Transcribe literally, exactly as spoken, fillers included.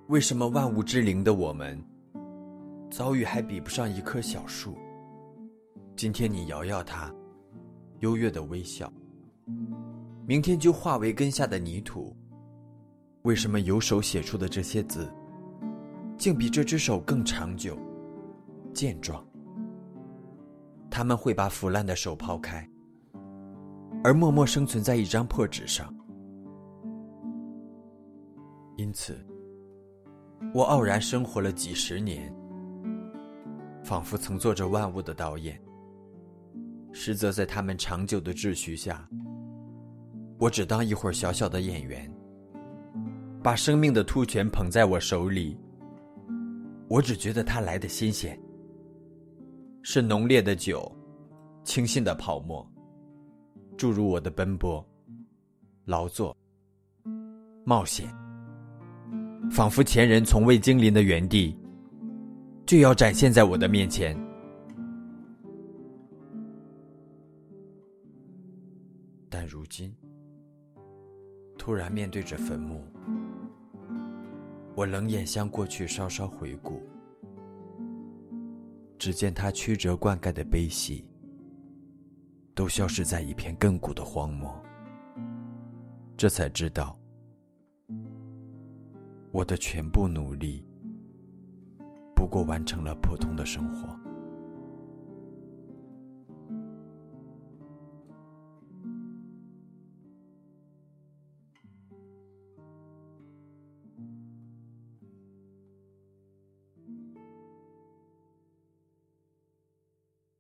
为什么万物之灵的我们，遭遇还比不上一棵小树？今天你摇摇它，优越的微笑，明天就化为根下的泥土。为什么有手写出的这些字，竟比这只手更长久、健壮？他们会把腐烂的手抛开，而默默生存在一张破纸上。因此，我傲然生活了几十年，仿佛曾做着万物的导演，实则在他们长久的秩序下，我只当一会儿小小的演员，把生命的突权捧在我手里。我只觉得它来得新鲜，是浓烈的酒，清新的泡沫，注入我的奔波、劳作、冒险，仿佛前人从未经临的原地，就要展现在我的面前。但如今，突然面对着坟墓，我冷眼向过去稍稍回顾，只见它曲折灌溉的悲喜，都消失在一片亘古的荒漠。这才知道，我的全部努力，不过完成了普通的生活。